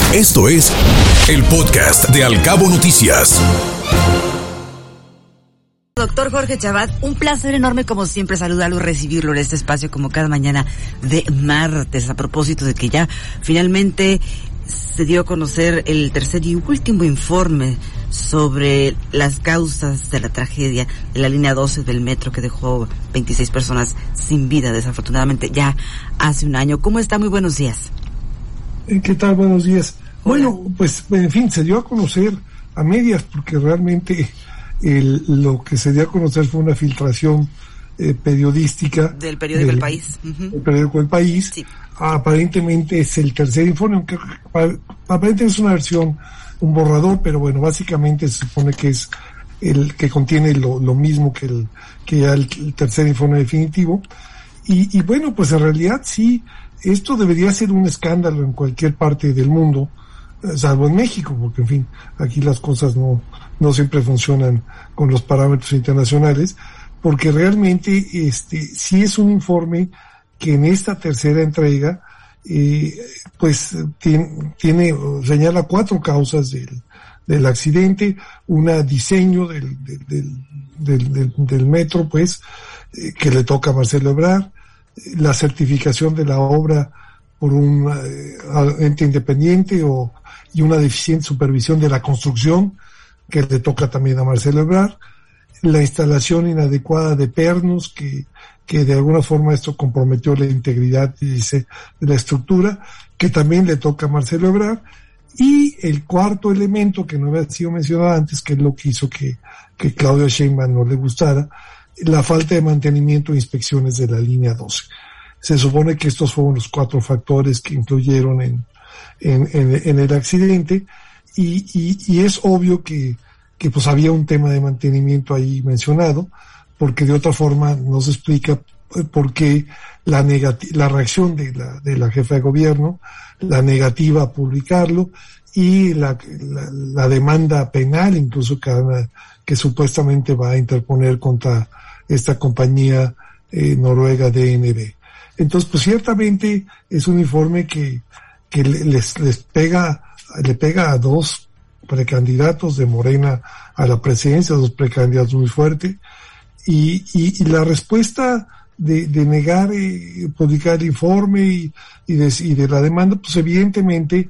Esto es el podcast de Al Cabo Noticias. Doctor Jorge Chavat, un placer enorme como siempre saludarlo y recibirlo en este espacio como cada mañana de martes, a propósito de que ya finalmente se dio a conocer el tercer y último informe sobre las causas de la tragedia de la línea 12 del metro que dejó 26 personas sin vida, desafortunadamente, ya hace un año. ¿Cómo está? Muy buenos días. ¿Qué tal? Buenos días. Hola. Bueno, pues en fin, se dio a conocer a medias porque realmente lo que se dio a conocer fue una filtración periodística del periódico El País. El periódico El País. Sí. Aparentemente es el tercer informe, aunque aparentemente es una versión, un borrador, pero bueno, básicamente se supone que es el que contiene lo mismo que ya el tercer informe definitivo. Y bueno, pues en realidad sí, esto debería ser un escándalo en cualquier parte del mundo, salvo en México, porque en fin, aquí las cosas no siempre funcionan con los parámetros internacionales, porque realmente sí es un informe que en esta tercera entrega pues señala 4 causas del accidente, un diseño del metro, pues, que le toca a Marcelo Ebrard, la certificación de la obra por un ente independiente y una deficiente supervisión de la construcción, que le toca también a Marcelo Ebrard, la instalación inadecuada de pernos, que de alguna forma esto comprometió la integridad de la estructura, que también le toca a Marcelo Ebrard, y el cuarto elemento que no había sido mencionado antes, que es lo que hizo que Claudia Sheinbaum no le gustara, la falta de mantenimiento e inspecciones de la línea 12. Se supone que estos fueron los 4 factores que influyeron en el accidente, y es obvio que pues había un tema de mantenimiento ahí mencionado, porque de otra forma no se explica por qué la reacción de la jefa de gobierno, la negativa a publicarlo y la demanda penal incluso que supuestamente va a interponer contra esta compañía noruega DNB. Entonces, pues ciertamente es un informe que le pega a 2 precandidatos de Morena a la presidencia, 2 precandidatos muy fuertes, y la respuesta de negar publicar el informe y de la demanda, pues evidentemente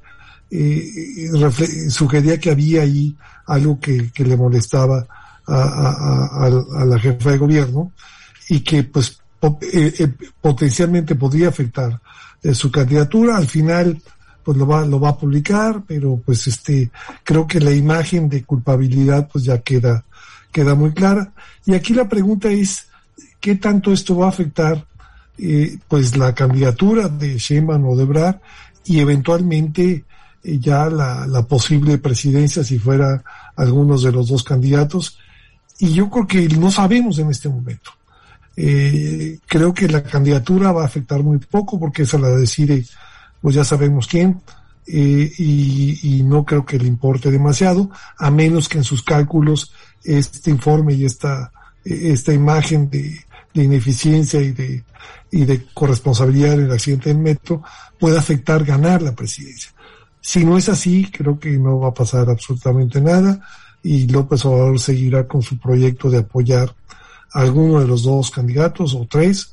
sugería que había ahí algo que le molestaba a la jefa de gobierno y que pues potencialmente podría afectar su candidatura. Al final pues lo va a publicar, pero pues creo que la imagen de culpabilidad pues ya queda muy clara. Y aquí la pregunta es, ¿qué tanto esto va a afectar pues la candidatura de Sheinbaum o de Ebrard y eventualmente ya la posible presidencia si fuera algunos de los 2 candidatos? Y yo creo que no sabemos en este momento. Creo que la candidatura va a afectar muy poco porque esa la decide pues ya sabemos quién, y no creo que le importe demasiado, a menos que en sus cálculos este informe y esta imagen de ineficiencia y de corresponsabilidad en el accidente del metro pueda afectar ganar la presidencia. Si no es así, creo que no va a pasar absolutamente nada y López Obrador seguirá con su proyecto de apoyar a alguno de los 2 candidatos o 3,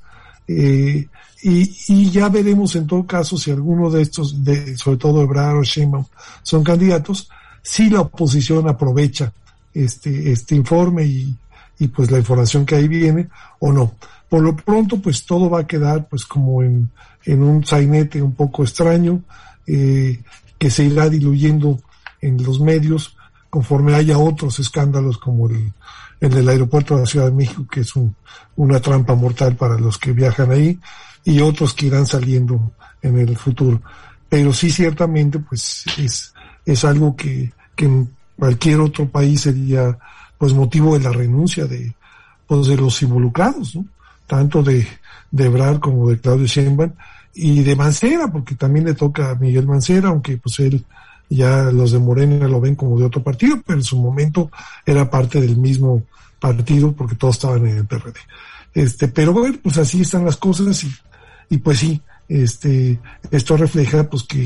y ya veremos en todo caso si alguno de estos, sobre todo Ebrard o Sheinbaum, son candidatos, si la oposición aprovecha este informe y pues la información que ahí viene o no. Por lo pronto pues todo va a quedar pues como en un sainete un poco extraño, que se irá diluyendo en los medios conforme haya otros escándalos como el del aeropuerto de la Ciudad de México, que es una trampa mortal para los que viajan ahí, y otros que irán saliendo en el futuro. Pero sí, ciertamente, pues es algo que en cualquier otro país sería pues motivo de la renuncia de los involucrados, ¿no? Tanto de Ebrard como de Claudio Sheinbaum y de Mancera, porque también le toca a Miguel Mancera, aunque pues él ya los de Morena lo ven como de otro partido, pero en su momento era parte del mismo partido porque todos estaban en el PRD. Pero bueno, pues así están las cosas y pues sí, esto refleja pues que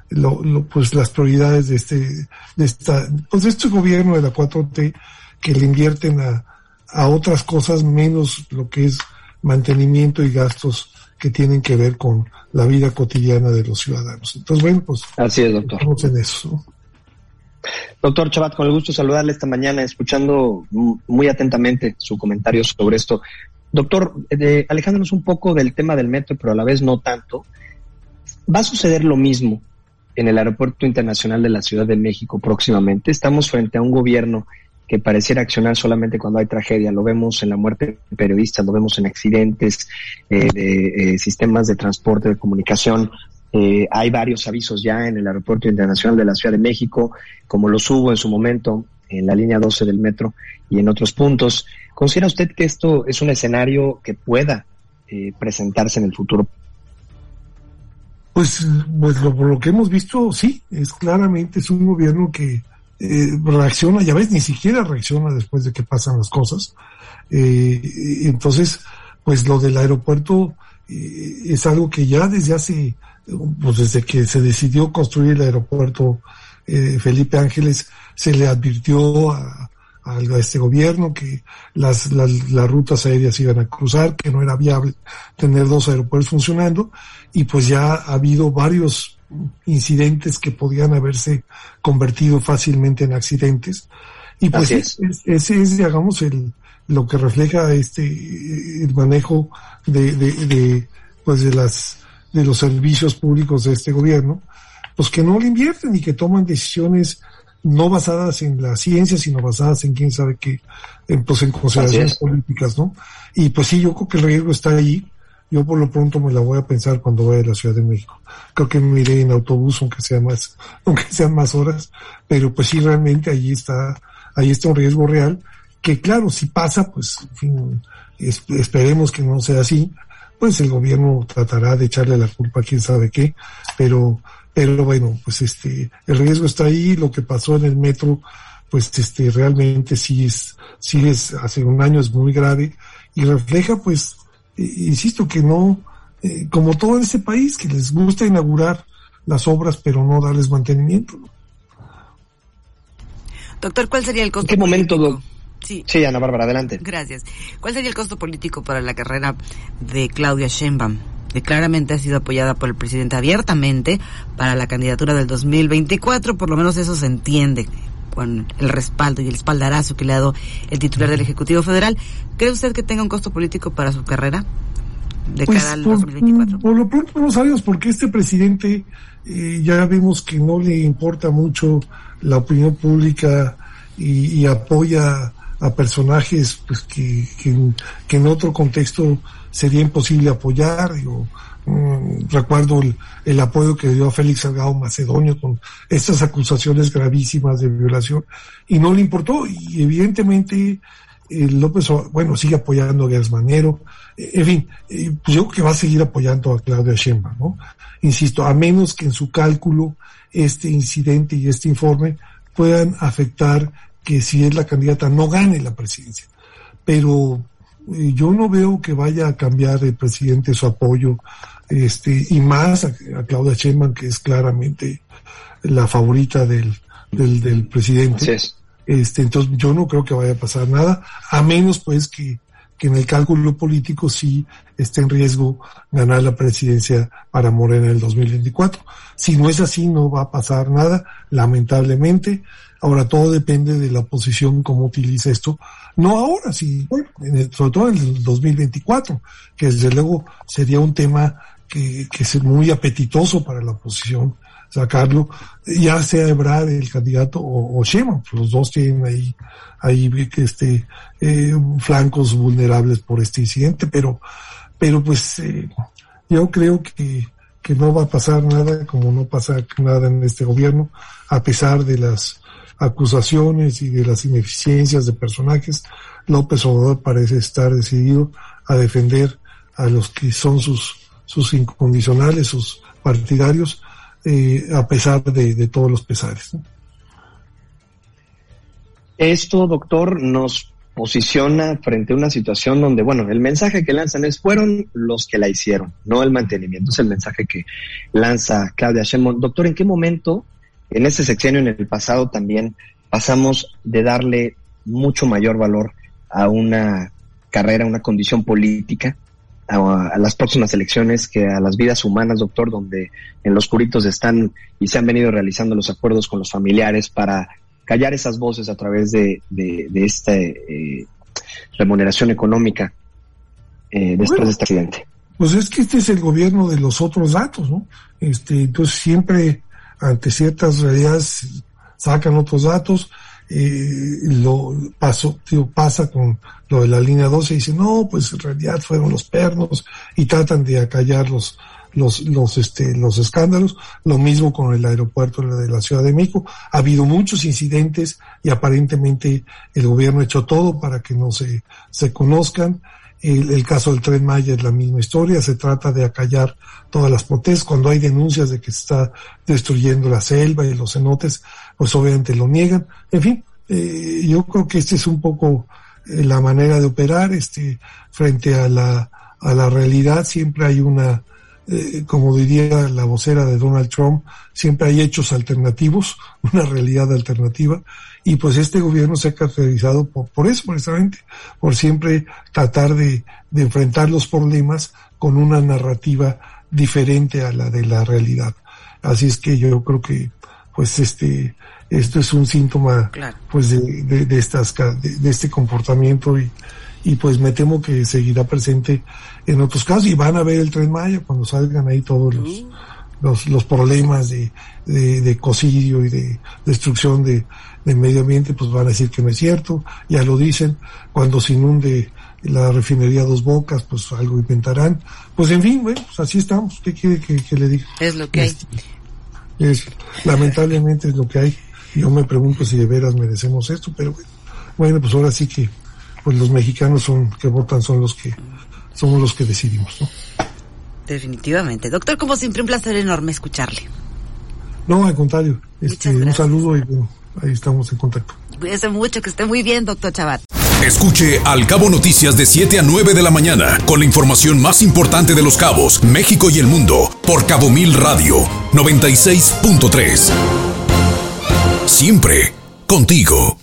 pues las prioridades de este gobierno de la 4T, que le invierten a otras cosas menos lo que es mantenimiento y gastos que tienen que ver con la vida cotidiana de los ciudadanos. Entonces, bueno, pues así es, doctor. Estamos en eso, ¿no? Doctor Chabat, con el gusto de saludarle esta mañana, escuchando muy atentamente su comentario sobre esto. Doctor, alejándonos un poco del tema del metro, pero a la vez no tanto, ¿va a suceder lo mismo en el Aeropuerto Internacional de la Ciudad de México próximamente? Estamos frente a un gobierno que pareciera accionar solamente cuando hay tragedia. Lo vemos en la muerte de periodistas, lo vemos en accidentes de sistemas de transporte, de comunicación. Hay varios avisos ya en el Aeropuerto Internacional de la Ciudad de México, como los hubo en su momento en la línea 12 del metro y en otros puntos. ¿Considera usted que esto es un escenario que pueda presentarse en el futuro? Pues por lo que hemos visto, sí, es un gobierno que reacciona, ya ves, ni siquiera reacciona después de que pasan las cosas. Entonces, pues lo del aeropuerto es algo que ya desde que se decidió construir el aeropuerto Felipe Ángeles, se le advirtió a este gobierno que las rutas aéreas iban a cruzar, que no era viable tener 2 aeropuertos funcionando, y pues ya ha habido varios incidentes que podían haberse convertido fácilmente en accidentes, y pues ese es, digamos, lo que refleja el manejo de los servicios públicos de este gobierno, pues que no le invierten y que toman decisiones no basadas en la ciencia, sino basadas en quién sabe qué, pues en consideraciones políticas, ¿no? Y pues sí, yo creo que el riesgo está ahí. Yo por lo pronto me la voy a pensar cuando vaya a la Ciudad de México. Creo que me iré en autobús, aunque sean más horas, pero pues sí, realmente ahí está un riesgo real, que claro, si pasa, pues, en fin, esperemos que no sea así, pues el gobierno tratará de echarle la culpa a quién sabe qué, pero bueno, pues el riesgo está ahí. Lo que pasó en el metro, pues realmente sí es hace un año, es muy grave, y refleja, pues, insisto, que no, como todo en este país, que les gusta inaugurar las obras pero no darles mantenimiento, ¿no? Doctor, ¿cuál sería el costo? ¿En qué momento, Sí, Ana Bárbara, adelante. Gracias. ¿Cuál sería el costo político para la carrera de Claudia Sheinbaum, que claramente ha sido apoyada por el presidente abiertamente para la candidatura del 2024? Por lo menos eso se entiende con el respaldo y el espaldarazo que le ha dado el titular del Ejecutivo Federal. ¿Cree usted que tenga un costo político para su carrera de cara al 2024? Por lo pronto no sabemos, porque este presidente ya vemos que no le importa mucho la opinión pública y apoya a personajes pues que en otro contexto sería imposible apoyar. Recuerdo el apoyo que dio a Félix Salgado Macedonio con estas acusaciones gravísimas de violación, y no le importó, y evidentemente López, sigue apoyando a Gertz Manero, en fin, pues yo creo que va a seguir apoyando a Claudia Sheinbaum, ¿no? Insisto, a menos que en su cálculo este incidente y este informe puedan afectar que, si es la candidata, no gane la presidencia. Pero yo no veo que vaya a cambiar el presidente su apoyo, y más a Claudia Sheinbaum, que es claramente la favorita del presidente. Así es. Entonces yo no creo que vaya a pasar nada, a menos pues que en el cálculo político sí esté en riesgo ganar la presidencia para Morena en el 2024. Si no es así, no va a pasar nada, lamentablemente. Ahora todo depende de la oposición, cómo utiliza esto. No ahora, sí, sobre todo en el 2024, que desde luego sería un tema que es muy apetitoso para la oposición sacarlo, ya sea Ebrard el candidato o Sheinbaum. Los dos tienen ahí flancos vulnerables por este incidente, pero pues yo creo que no va a pasar nada, como no pasa nada en este gobierno, a pesar de las acusaciones y de las ineficiencias de personajes. López Obrador parece estar decidido a defender a los que son sus incondicionales, sus partidarios, a pesar de todos los pesares, ¿no? Esto, doctor, nos posiciona frente a una situación donde, bueno, el mensaje que lanzan fueron los que la hicieron, no el mantenimiento, es el mensaje que lanza Claudia Sheinbaum. Doctor, ¿en qué momento, en ese sexenio, en el pasado también, pasamos de darle mucho mayor valor a una carrera, a una condición política, a las próximas elecciones, que a las vidas humanas, doctor, donde en los curitos están y se han venido realizando los acuerdos con los familiares para callar esas voces a través de esta remuneración económica después de este accidente? Pues es que este es el gobierno de los otros datos, ¿no? Entonces siempre ante ciertas realidades sacan otros datos. Pasa con lo de la línea 12 y dicen, no, pues en realidad fueron los pernos, y tratan de acallar los escándalos. Lo mismo con el aeropuerto de la Ciudad de México. Ha habido muchos incidentes y aparentemente el gobierno ha hecho todo para que no se conozcan. El caso del Tren Maya es la misma historia. Se trata de acallar todas las protestas. Cuando hay denuncias de que se está destruyendo la selva y los cenotes, pues obviamente lo niegan. En fin, yo creo que es un poco la manera de operar. Frente a la realidad siempre hay una, como diría la vocera de Donald Trump, siempre hay hechos alternativos, una realidad alternativa, y pues este gobierno se ha caracterizado por eso, precisamente, por siempre tratar de enfrentar los problemas con una narrativa diferente a la de la realidad. Así es que yo creo que pues esto es un síntoma, claro, pues de este comportamiento, y pues me temo que seguirá presente en otros casos, y van a ver el Tren Maya cuando salgan ahí todos los problemas de ecocidio y de destrucción de medio ambiente, pues van a decir que no es cierto. Ya lo dicen, cuando se inunde la refinería Dos Bocas, pues algo inventarán. Pues en fin, bueno, pues así estamos. ¿Qué quiere que le diga? Es lo que hay. Lamentablemente es lo que hay. Yo me pregunto si de veras merecemos esto, pero bueno, pues ahora sí que pues los mexicanos que votan somos los que decidimos, ¿no? Definitivamente. Doctor, como siempre, un placer enorme escucharle. No, al contrario. Un saludo y bueno, ahí estamos en contacto. Cuídese mucho, que esté muy bien, doctor Chabat. Escuche Al Cabo Noticias de 7 a 9 de la mañana con la información más importante de Los Cabos, México y el mundo por Cabo Mil Radio 96.3. Siempre contigo.